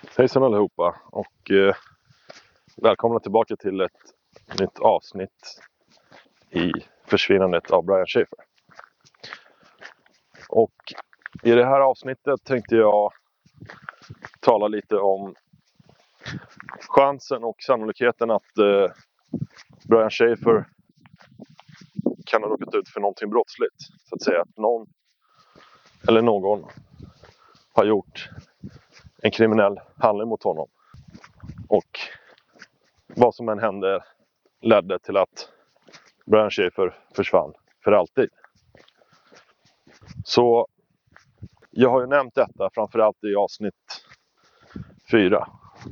Hejsan allihopa och välkomna tillbaka till ett nytt avsnitt i försvinnandet av Brian Schaefer. Och i det här avsnittet tänkte jag tala lite om chansen och sannolikheten att Brian Schaefer kan ha råkat ut för någonting brottsligt. Så att säga att någon eller någon har gjort en kriminell handling mot honom. Och vad som än hände ledde till att Brian Schaefer försvann för alltid. Så jag har ju nämnt detta framförallt i avsnitt 4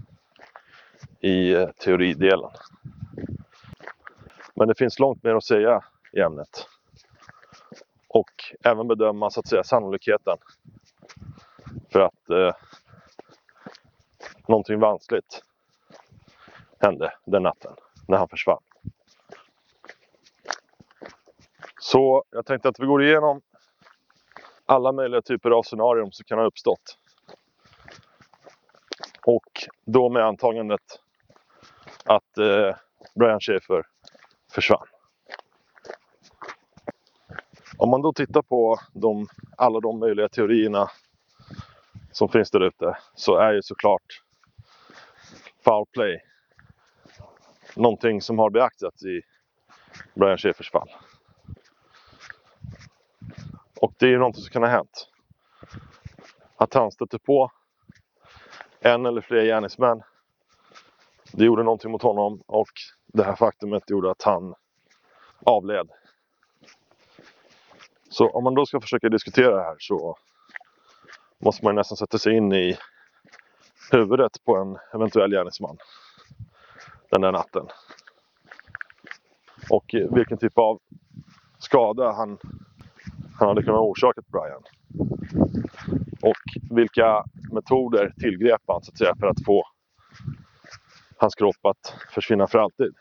i teoridelen. Men det finns långt mer att säga i ämnet. Och även bedöma så att säga sannolikheten för att någonting vanskligt hände den natten när han försvann. Så jag tänkte att vi går igenom alla möjliga typer av scenarier som kan ha uppstått. Och då med antagandet att Brian Schaefer försvann. Om man då tittar på alla de möjliga teorierna som finns där ute, så är ju såklart foul play någonting som har beaktats i Brian Schaefers fall. Och det är ju någonting som kan ha hänt. Att han stötte på en eller fler gärningsmän. Det gjorde någonting mot honom och det här faktumet gjorde att han avled. Så om man då ska försöka diskutera det här så måste man nästan sätta sig in i huvudet på en eventuell gärningsman den där natten. Och vilken typ av skada han hade kunnat orsaka Brian. Och vilka metoder tillgrep han så att säga för att få hans kropp att försvinna för alltid.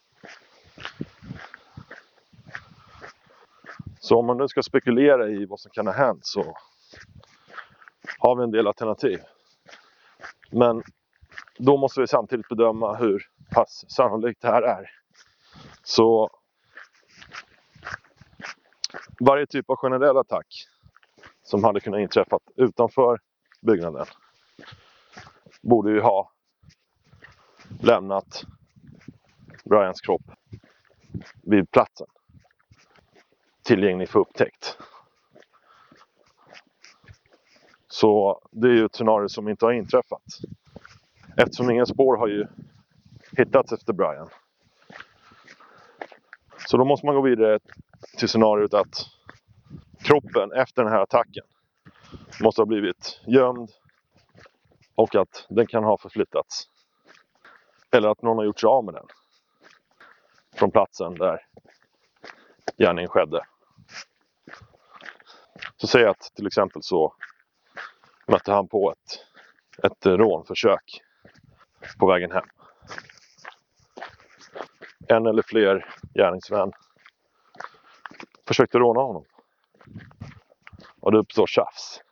Så om man nu ska spekulera i vad som kan ha hänt så har vi en del alternativ. Men då måste vi samtidigt bedöma hur pass sannolikt det här är. Så varje typ av generell attack som hade kunnat inträffa utanför byggnaden borde ju ha lämnat Brians kropp vid platsen tillgänglig för upptäckt. Så det är ju ett scenario som inte har inträffat. Eftersom inga spår har ju hittats efter Brian. Så då måste man gå vidare till scenariot att kroppen efter den här attacken måste ha blivit gömd och att den kan ha förflyttats. Eller att någon har gjort sig av med den från platsen där gärningen skedde. Så säg att till exempel så mötte han på ett rånförsök på vägen hem. En eller fler gärningsmän försökte råna honom. Och det uppstår tjafs.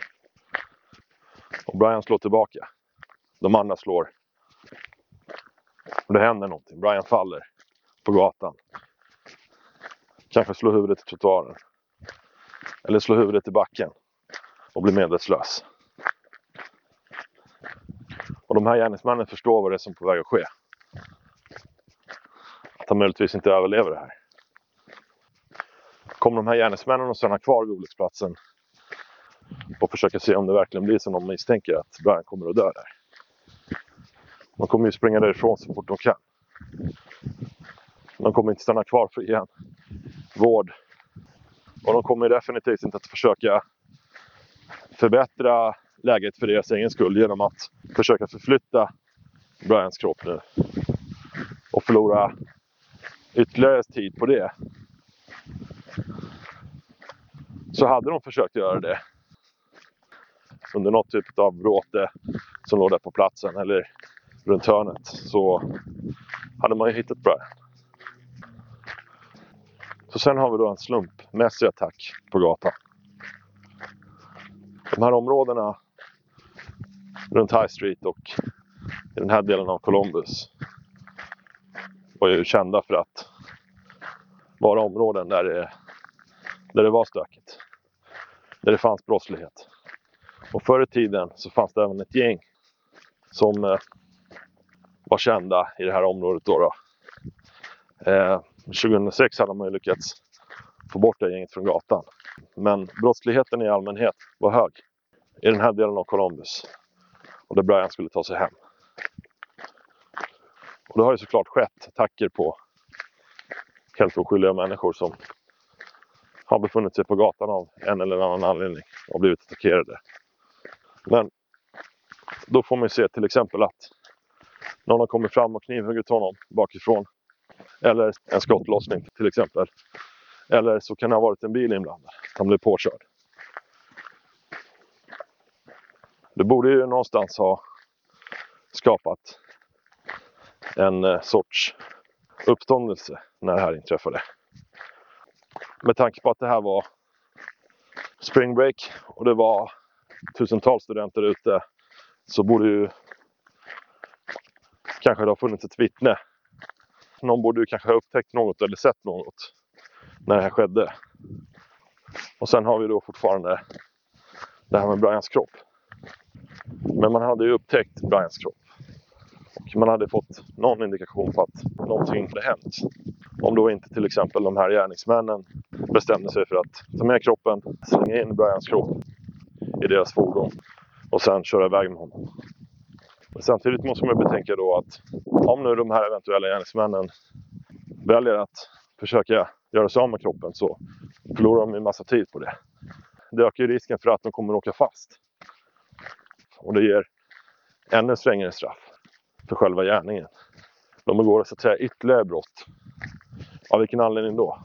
Och Brian slår tillbaka. De andra slår. Och det händer någonting. Brian faller på gatan. Kanske slår huvudet i trottoaren. Eller slår huvudet i backen. Och blir medvetslös. Och de här gärningsmännen förstår vad det är som är på väg att ske. Att han möjligtvis inte överlever det här. Kommer de här gärningsmännen att stanna kvar vid olycksplatsen och försöka se om det verkligen blir som de misstänker att Brian kommer att dö där. De kommer ju springa därifrån så fort de kan. De kommer inte stanna kvar för igen vård. Och de kommer definitivt inte att försöka förbättra läget för deras egen skull genom att försöka förflytta Brians kropp nu. Och förlora ytterligare tid på det. Så hade de försökt göra det under något typ av bråte som låg där på platsen eller runt hörnet, så hade man ju hittat Brian. Så sen har vi då en slumpmässig attack på gatan. De här områdena runt High Street och i den här delen av Columbus var ju kända för att vara områden där det var stökigt. Där det fanns brottslighet. Och förr i tiden så fanns det även ett gäng som var kända i det här området då. 2006 hade man ju lyckats få bort det gänget från gatan. Men brottsligheten i allmänhet var hög i den här delen av Columbus. Och där Brian skulle ta sig hem. Och det har ju såklart skett attacker på helt oskyldiga människor som har befunnit sig på gatan av en eller annan anledning och blivit attackerade. Men då får man ju se till exempel att någon har kommit fram och knivhuggit honom bakifrån. Eller en skottlossning till exempel. Eller så kan det ha varit en bil inblandad. Han blev påkörd. Det borde ju någonstans ha skapat en sorts uppståndelse när det här inträffade. Med tanke på att det här var spring break och det var tusentals studenter ute, så borde ju kanske det ha funnits ett vittne. Någon borde ju kanske ha upptäckt något eller sett något när det här skedde. Och sen har vi då fortfarande det här med Brians kropp. Men man hade ju upptäckt Brians kropp. Och man hade fått någon indikation på att någonting hade hänt. Om då inte till exempel de här gärningsmännen bestämde sig för att ta med kroppen, slänga in Brians kropp i deras fordon och sen köra iväg med honom. Men samtidigt måste man betänka då att om nu de här eventuella gärningsmännen väljer att försöka göra sig av med kroppen, så förlorar de en massa tid på det. Det ökar ju risken för att de kommer att åka fast. Och det ger ännu strängare straff för själva gärningen. De begår så att säga ytterligare brott. Av vilken anledning då?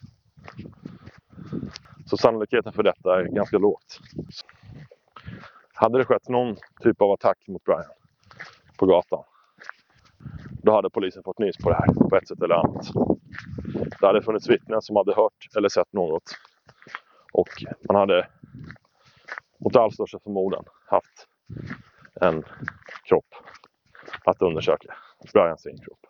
Så sannolikheten för detta är ganska lågt. Hade det skett någon typ av attack mot Brian på gatan, då hade polisen fått nys på det här på ett sätt eller annat. Det hade funnits vittnen som hade hört eller sett något. Och man hade mot all största förmodan haft en kropp att undersöka. Brians egen kropp.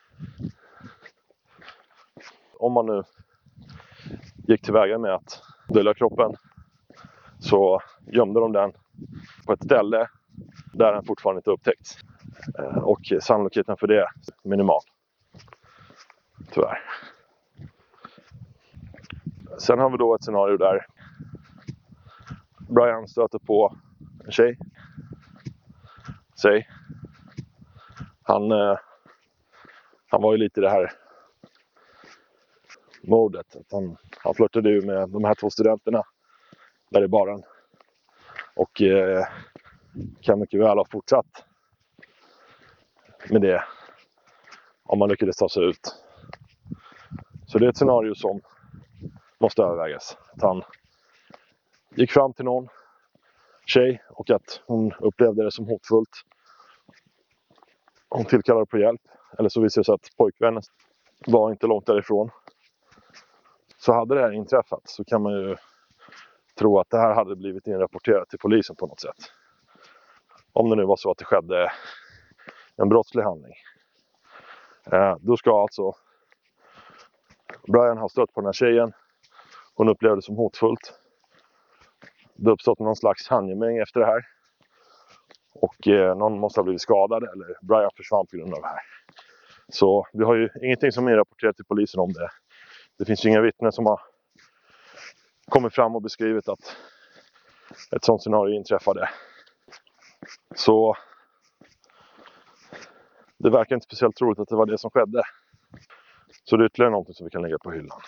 Om man nu gick tillväga med att dölja kroppen, så gömde de den på ett ställe där den fortfarande inte upptäckts. Och sannolikheten för det är minimal. Tyvärr. Sen har vi då ett scenario där Brian stöter på en tjej. Säg. Han var ju lite i det här modet. Att han flörtade ju med de här två studenterna där i baren. Och kan mycket väl ha fortsatt med det om man lyckades ta sig ut. Så det är ett scenario som måste övervägas. Att han gick fram till någon tjej och att hon upplevde det som hotfullt. Hon tillkallade på hjälp. Eller så visade det sig att pojkvännen var inte långt därifrån. Så hade det här inträffat, så kan man ju tro att det här hade blivit inrapporterat till polisen på något sätt. Om det nu var så att det skedde en brottslig handling. Då ska alltså Brian ha stött på den här tjejen. Hon upplevde det som hotfullt. Det uppstått någon slags handgemäng efter det här. Och någon måste ha blivit skadad eller Brian försvann på grund av det här. Så vi har ju ingenting som är rapporterat till polisen om det. Det finns ju inga vittnen som har kommit fram och beskrivit att ett sånt scenario inträffade. Så det verkar inte speciellt troligt att det var det som skedde. Så det är ytterligare något som vi kan lägga på hyllan.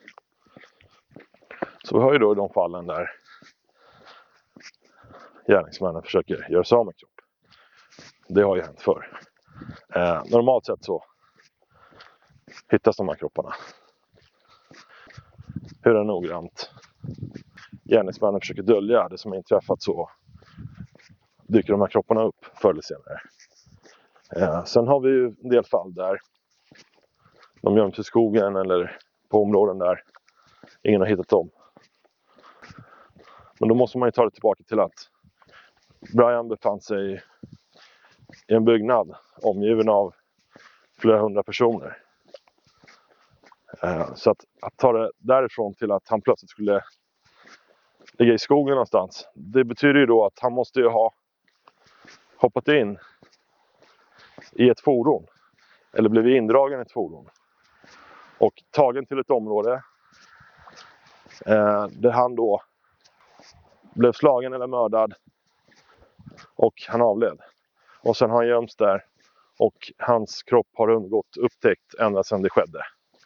Så vi har ju då i de fallen där gärningsmännen försöker göra sig av med kropp. Det har ju hänt förr. Normalt sett så hittas de här kropparna. Hur är noggrant gärningsmännen försöker dölja det som har inträffat, så dyker de här kropparna upp förr eller senare. Sen har vi ju en del fall där de göms i skogen eller på områden där ingen har hittat dem. Men då måste man ju ta det tillbaka till att Brian befann sig i en byggnad omgiven av flera hundra personer. Så att ta det därifrån till att han plötsligt skulle ligga i skogen någonstans, det betyder ju då att han måste ju ha hoppat in i ett fordon eller blivit indragen i ett fordon och tagen till ett område där han då blev slagen eller mördad och han avled. Och sen har han gömts där och hans kropp har undgått upptäckt ända sedan det skedde.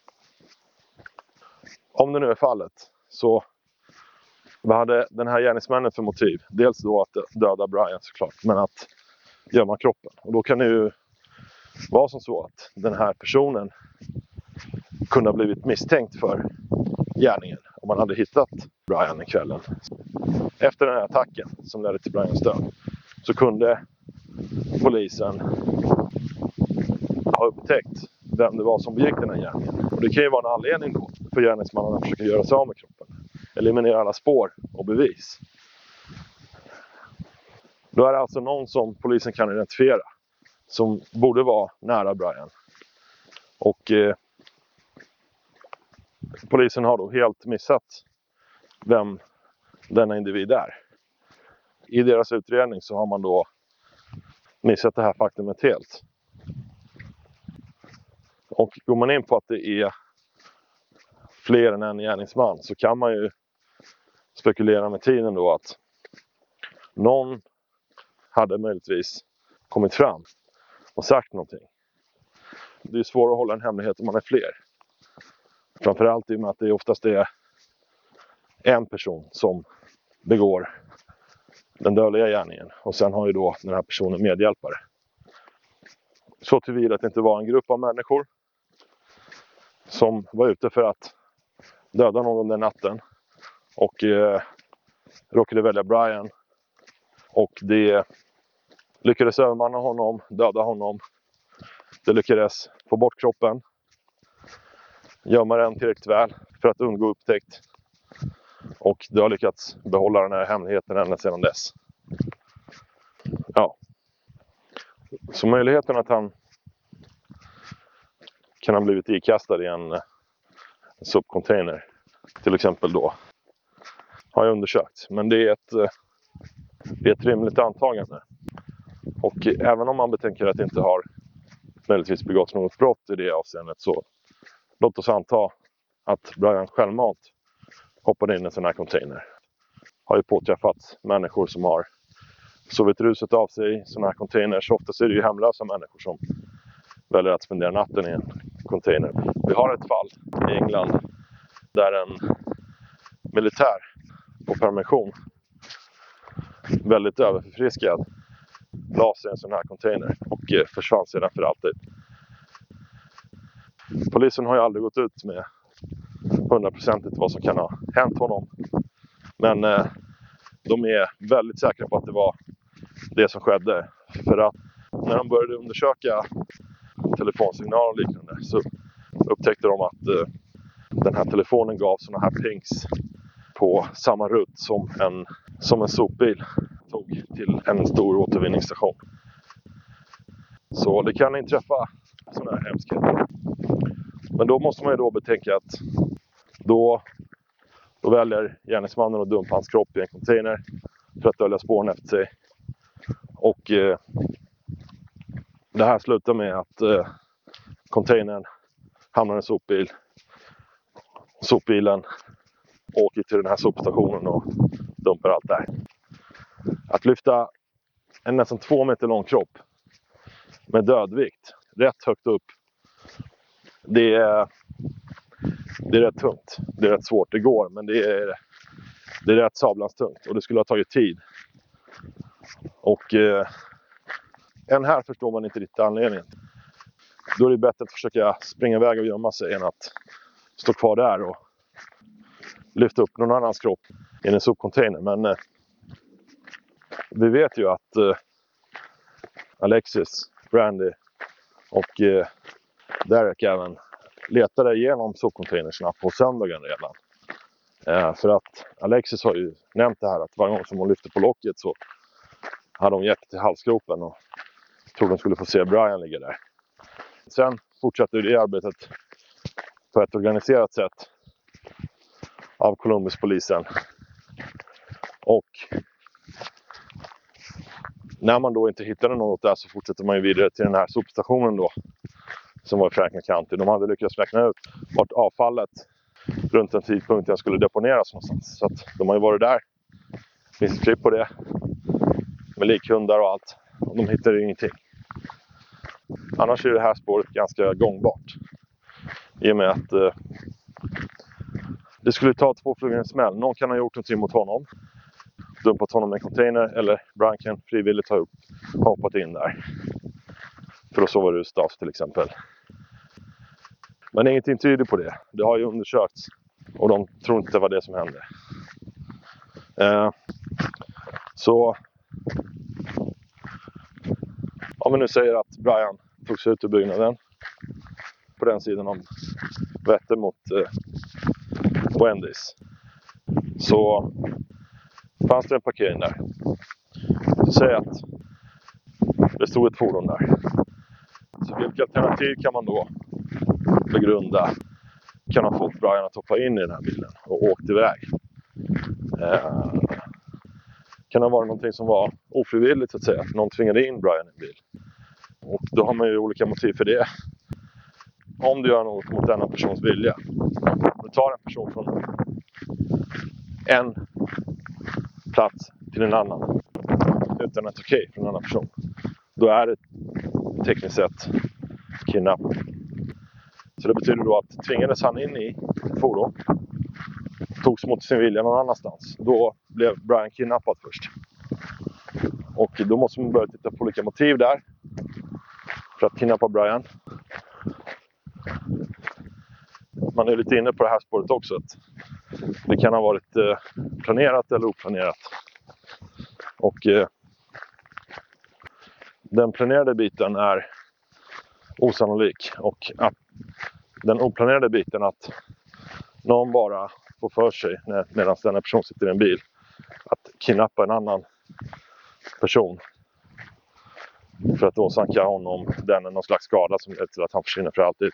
Om det nu är fallet, så vad hade den här gärningsmännen för motiv? Dels då att döda Brian såklart, men att gömma kroppen. Och då kan det ju vara som så att den här personen kunde ha blivit misstänkt för gärningen om man hade hittat Brian i kvällen. Efter den här attacken som ledde till Brians död så kunde polisen ha upptäckt vem det var som begick den här gärningen. Och det kan ju vara en anledning då för gärningsmannen att försöka göra sig av med kroppen. Eliminera alla spår och bevis. Då är det alltså någon som polisen kan identifiera som borde vara nära Brian. Och polisen har då helt missat vem denna individ är. I deras utredning så har man då missat det här faktumet helt. Och går man in på att det är fler än en gärningsman så kan man ju spekulera med tiden då att någon hade möjligtvis kommit fram och sagt någonting. Det är svårt att hålla en hemlighet om man är fler. Framförallt i och med att det oftast är en person som begår den dödliga gärningen. Och sen har ju då den här personen medhjälpare. Så tillvida att det inte var en grupp av människor som var ute för att döda någon den natten. Och råkade välja Brian. Och det lyckades övermanna honom, döda honom. Det lyckades få bort kroppen. Gömma den tillräckligt väl för att undgå upptäckt. Och det har lyckats behålla den här hemligheten ända sedan dess. Ja. Så möjligheten att han kan ha blivit ikastad i en sopcontainer till exempel då har jag undersökt. Men det är ett rimligt antagande. Och även om man betänker att det inte har möjligtvis begåtts något brott i det avseendet, så låt oss anta att Brian självmant hoppade in i en sån här container. Har ju påträffat människor som har sovit ruset av sig i såna här containers. Oftast är det ju hemlösa människor som väljer att spendera natten i en container. Vi har ett fall i England där en militär på permission, väldigt överförfriskad, la sig i en sån här container och försvann sedan för alltid. Polisen har ju aldrig gått ut med 100% vad som kan ha hänt honom. Men de är väldigt säkra på att det var det som skedde. För att när de började undersöka telefonsignaler och liknande så upptäckte de att den här telefonen gav såna här pings på samma rutt som en sopbil tog till en stor återvinningsstation. Så det kan inträffa såna här hemskheter. Men då måste man ju då betänka att då väljer gärningsmannen att dumpa hans kropp i en container för att dölja spåren efter sig. Och det här slutar med att containern hamnar i en sopbil. Sopbilen åker till den här sopstationen och dumpar allt där. Att lyfta en nästan 2 meter lång kropp med dödvikt rätt högt upp, det är rätt tungt. Det är rätt svårt, det går, men det är rätt sablans tungt och det skulle ha tagit tid. Och än här förstår man inte riktigt anledningen. Då är det bättre att försöka springa iväg och gömma sig än att stå kvar där och lyfta upp någon annans kropp i en sopcontainer. Men vi vet ju att Alexis, Brandy och Derek även letade igenom sopcontainersna på söndagen redan. För att Alexis har ju nämnt det här att varje gång som hon lyfter på locket så hade de gett till halsgropen och trodde de skulle få se Brian ligga där. Sen fortsatte det arbetet på ett organiserat sätt av Columbuspolisen. Och när man då inte hittade något där så fortsatte man ju vidare till den här sopstationen då, som var i Franklin County. De hade lyckats räkna ut vart avfallet runt den tidpunkten skulle deponeras någonstans. Så att de har ju varit där. Det finns ett klipp på det. Med likhundar och allt. Och de hittade ingenting. Annars är det här spåret ganska gångbart. I och med att det skulle ta 2 flugor i en smäll. Någon kan ha gjort någonting mot honom. Dumpat honom i en container. Eller Brian kan frivilligt ha hoppat in där. För att sova ut staff till exempel. Men ingenting tyder på det. Det har ju undersökts. Och de tror inte det var det som hände. Så om vi nu säger att Brian tog sig ut ur byggnaden. På den sidan av Vättern mot Wendy's. Så fanns det en parkering där. Så säg att det stod ett fordon där. Så vilka alternativ kan man då begrunda kan ha fått Brian att hoppa in i den här bilen och åkt iväg? Kan det vara någonting som var ofrivilligt så att säga? Att någon tvingade in Brian i en bil. Och då har man ju olika motiv för det. Om du gör något mot denna persons vilja. Du tar en person från en plats till en annan. Utan ett okej från en annan person. Då är det tekniskt sett kidnappning. Så det betyder då att tvingades han in i ett fordon. Togs mot sin vilja någon annanstans. Då blev Brian kidnappad först. Och då måste man börja titta på olika motiv där. För att kidnappa Brian. Man är lite inne på det här spåret också. Att det kan ha varit planerat eller oplanerat. Och den planerade biten är osannolik. Och att den oplanerade biten att någon bara får för sig medan den här personen sitter i en bil att kidnappa en annan person för att åsamka honom någon slags skada som leder till att han försvinner för alltid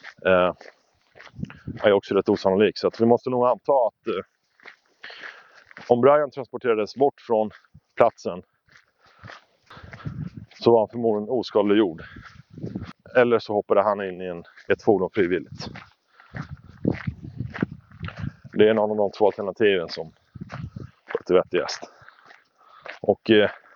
är också rätt osannolik. Så att vi måste nog anta att om Brian transporterades bort från platsen så var han förmodligen oskadliggjord. Eller så hoppade han in i ett fordon frivilligt. Det är någon av de 2 alternativen som låter vettigast. Och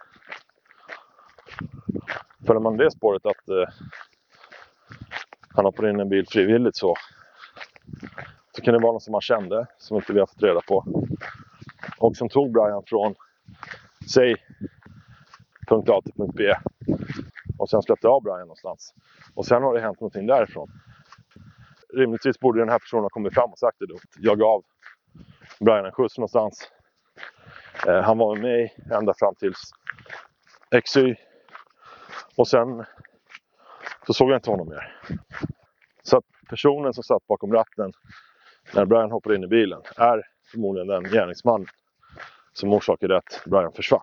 följer man det spåret att han hoppade in i en bil frivilligt så kan det vara någon som man kände som inte vi har fått reda på. Och som tog Brian från säg punkt A till punkt B. Och sen släppte av Brian någonstans. Och sen har det hänt någonting därifrån. Rimligtvis borde den här personen ha kommit fram och sagt det då. Jag gav Brian en skjuts någonstans. Han var med mig ända fram tills XY. Och sen så såg jag inte honom mer. Så att personen som satt bakom ratten när Brian hoppade in i bilen är förmodligen den gärningsman som orsakade att Brian försvann.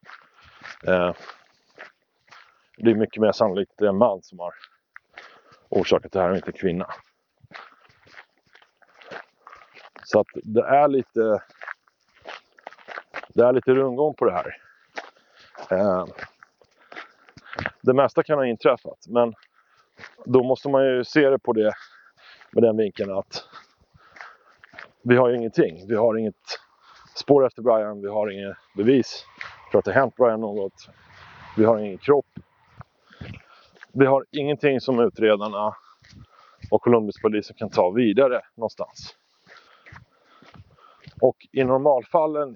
Det är mycket mer sannolikt att det är en man som har orsakat det här och inte en kvinna. Så att det är lite rundgång på det här. Det mesta kan ha inträffat, men då måste man ju se det på det med den vinkeln att vi har ju ingenting. Vi har inget spår efter Brian, vi har inget bevis för att det hänt Brian något. Vi har ingen kropp. Vi har ingenting som utredarna och Columbuspolisen kan ta vidare någonstans. Och i normalfallen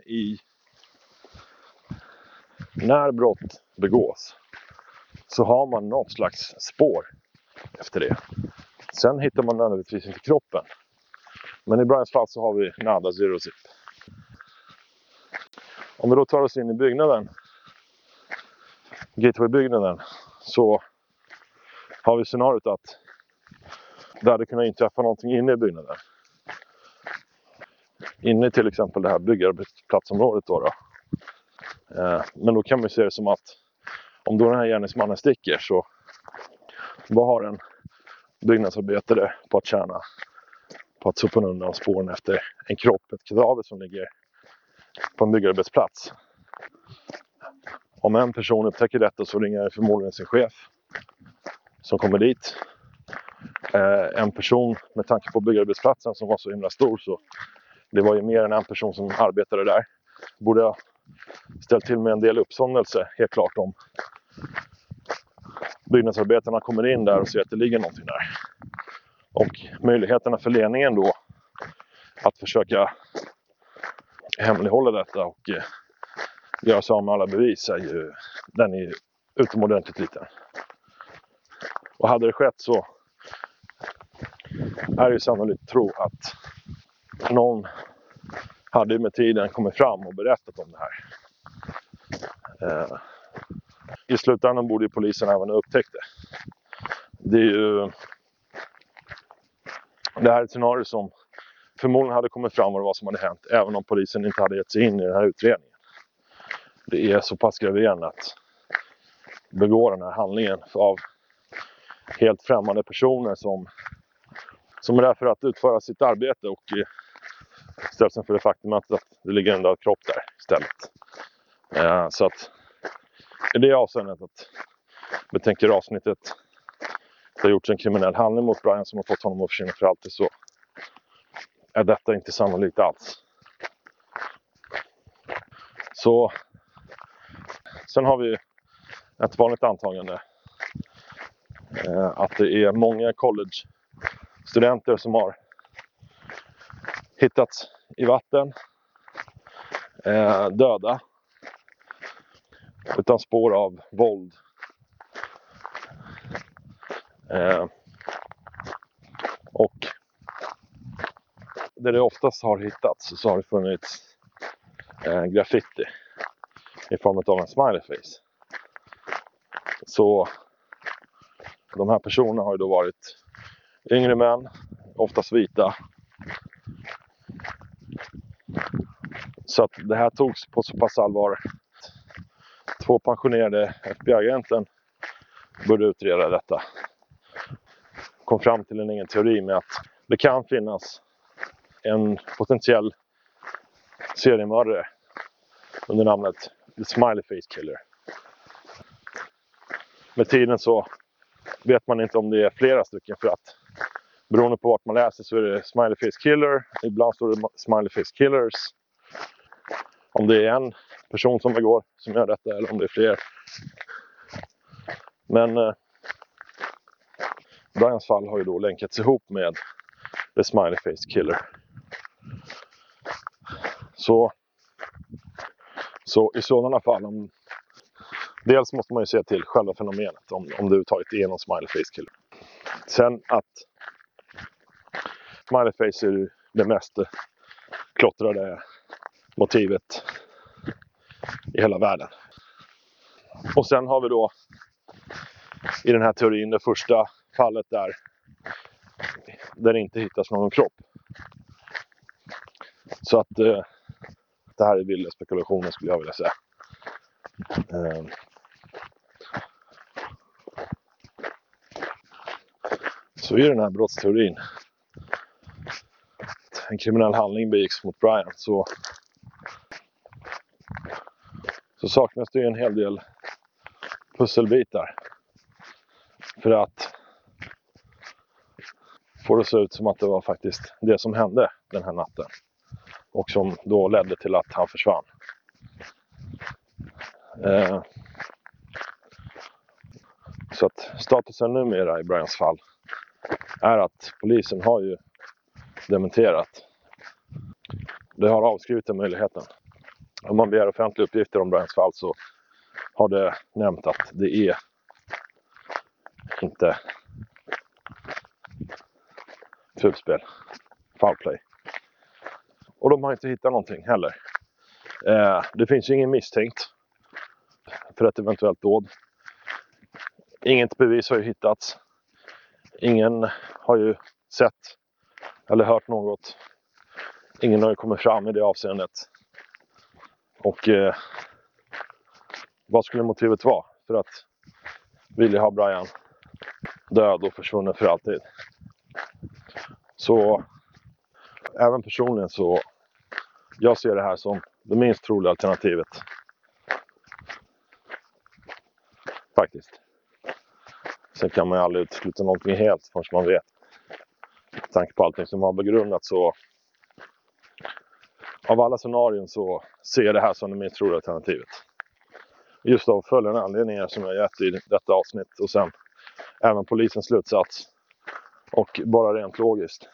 när brott begås så har man något slags spår efter det. Sen hittar man nödvändigtvis inte kroppen. Men i Brians fall så har vi nada zero zip. Om vi då tar oss in i byggnaden, Gateway-byggnaden, så har vi scenariot att det hade kunnat inträffa någonting inne i byggnaden. Inne till exempel det här byggarbetsplatsområdet då. Men då kan man ju se det som att om då den här gärningsmannen sticker, så vad har en byggnadsarbetare på att tjäna på att sopa undan spåren efter en kropp, ett kadaver som ligger på en byggarbetsplats? Om en person upptäcker detta så ringer förmodligen sin chef som kommer dit. En person, med tanke på byggarbetsplatsen som var så himla stor, så det var ju mer än en person som arbetade där, borde ha ställt till med en del uppståndelse, helt klart, om byggnadsarbetarna kommer in där och ser att det ligger någonting där. Och möjligheterna för ledningen då att försöka hemlighålla detta och göra sig av med alla bevis den är utomordentligt liten. Och hade det skett så är det ju sannolikt tro att någon hade med tiden kommit fram och berättat om det här. I slutändan borde ju polisen även ha upptäckt det. Det är ju det här är ett scenario som förmodligen hade kommit fram vad som hade hänt, även om polisen inte hade gett sig in i den här utredningen. Det är så pass graverande att begå den här handlingen av helt främmande personer som är där för att utföra sitt arbete och ställs inför det faktum att det ligger en död kropp där istället. Så att i det avseendet att betänker avsnittet det har gjorts en kriminell handling mot Brian som har fått honom att försvinna för alltid, så är detta inte sannolikt alls. Så sen har vi ett vanligt antagande att det är många college-studenter som har hittats i vatten, döda, utan spår av våld. Och där det oftast har hittats så har det funnits graffiti i form av en smiley face. Så de här personerna har ju då varit yngre män, oftast vita. Så att det här togs på så pass allvar. 2 pensionerade FBI-agenten började utreda detta. Kom fram till en egen teori med att det kan finnas en potentiell seriemördare under namnet The Smiley Face Killer. Med tiden så vet man inte om det är flera stycken, för att beroende på vart man läser så är det Smiley Face Killer, ibland står det Smiley Face Killers. Om det är en person som gör detta eller om det är fler. Men Brians fall har ju då länkats ihop med The Smiley Face Killer. Så i sådana fall, dels måste man ju se till själva fenomenet, om det överhuvudtaget är någon Smiley Face Killer. Sen att Smiley Face är det mest klottrade motivet i hela världen. Och sen har vi då i den här teorin det första fallet där det inte hittas någon kropp. Så att det här är vilda spekulationer, skulle jag vilja säga. Så i den här brottsteorin, en kriminell handling begicks mot Brian, så saknas det ju en hel del pusselbitar för att få det att se ut som att det var faktiskt det som hände den här natten och som då ledde till att han försvann. Så att statusen numera i Brians fall är att polisen har ju dementerat. Det har avskrivit den möjligheten. Om man begär offentliga uppgifter om Brians fall så har det nämnt att det är inte fulspel, foul play. Och de har inte hittat någonting heller. Det finns ju ingen misstänkt för ett eventuellt dåd. Inget bevis har ju hittats. Ingen har ju sett eller hört något. Ingen har ju kommit fram i det avseendet. Och vad skulle motivet vara för att vilja ha Brian död och försvunnen för alltid? Så även personligen så jag ser det här som det minst troliga alternativet. Faktiskt. Sen kan man ju aldrig utesluta någonting helt förrän man vet. Med tanke på allting som har begrundat så av alla scenarion så ser jag det här som det minst troliga alternativet. Just av följande anledningar som jag gett i detta avsnitt och sen även polisens slutsats och bara rent logiskt.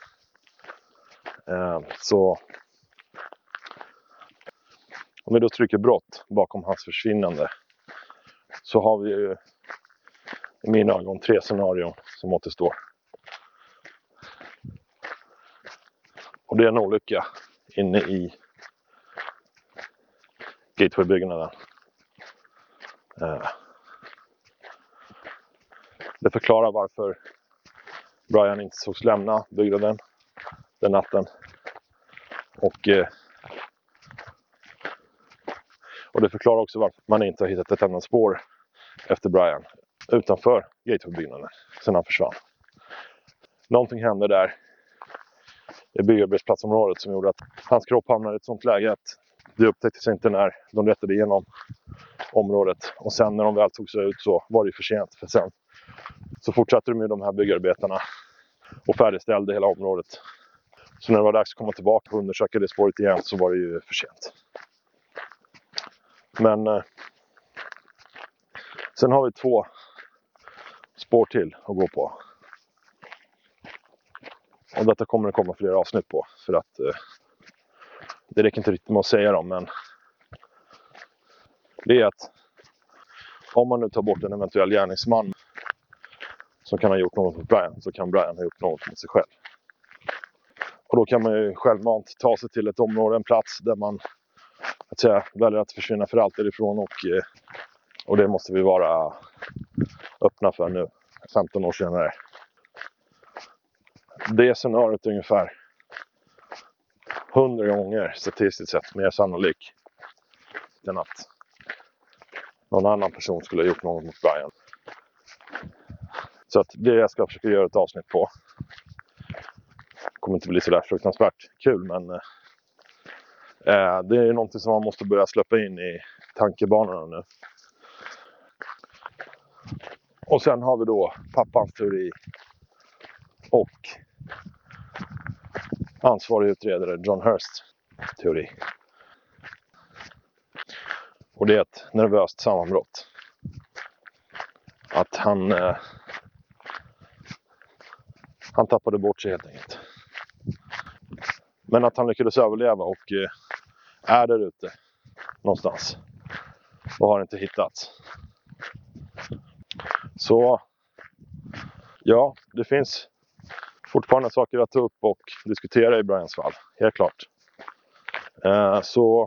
Så om vi då trycker brott bakom hans försvinnande så har vi ju i mina ögon 3 scenarion som återstår. Och det är en olycka inne i Gateway-byggnaden. Det förklarar varför Brian inte sågs lämna byggnaden den natten. Och det förklarar också varför man inte har hittat ett enda spår efter Brian utanför Gateway-byggnaden sedan han försvann. Någonting hände där i byggarbetsplatsområdet som gjorde att hans kropp hamnade i ett sånt läge att det upptäcktes inte när de rättade igenom området. Och sen när de väl tog sig ut så var det för sent. För sen så fortsatte de med de här byggarbetarna och färdigställde hela området. Så när det var dags att komma tillbaka och undersöka det spåret igen så var det ju för sent. Men sen har vi 2 spår till att gå på. Och detta kommer det komma flera avsnitt på. För att det räcker inte riktigt med att säga dem. Men det är att om man nu tar bort en eventuell gärningsman som kan ha gjort något mot Brian, så kan Brian ha gjort något mot sig själv. Och då kan man ju självmant ta sig till ett område, en plats där man att säga, väljer att försvinna för alltid ifrån. Och det måste vi vara öppna för nu, 15 år senare. Det scenariot är ungefär 100 gånger statistiskt sett mer sannolik än att någon annan person skulle ha gjort något mot Brian. Så att det jag ska försöka göra ett avsnitt på kommer inte bli så där fruktansvärt kul, men det är någonting som man måste börja släppa in i tankebanorna nu. Och sen har vi då pappans teori och ansvarig utredare John Hursts teori. Och det är ett nervöst sammanbrott. Att han tappade bort sig helt enkelt. Men att han lyckades överleva och är där ute någonstans. Och har inte hittats. Så ja, det finns fortfarande saker att ta upp och diskutera i Brians fall. Helt klart. Så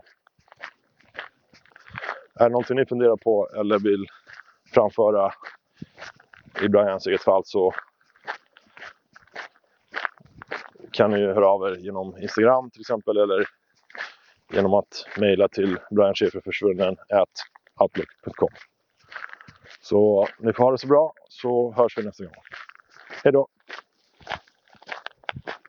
är det någonting ni funderar på eller vill framföra i Brians eget fall så kan ni höra av er genom Instagram till exempel eller genom att mejla till brianschaeferförsvunnen@outlook.com. Så ni får ha det så bra så hörs vi nästa gång. Hej då!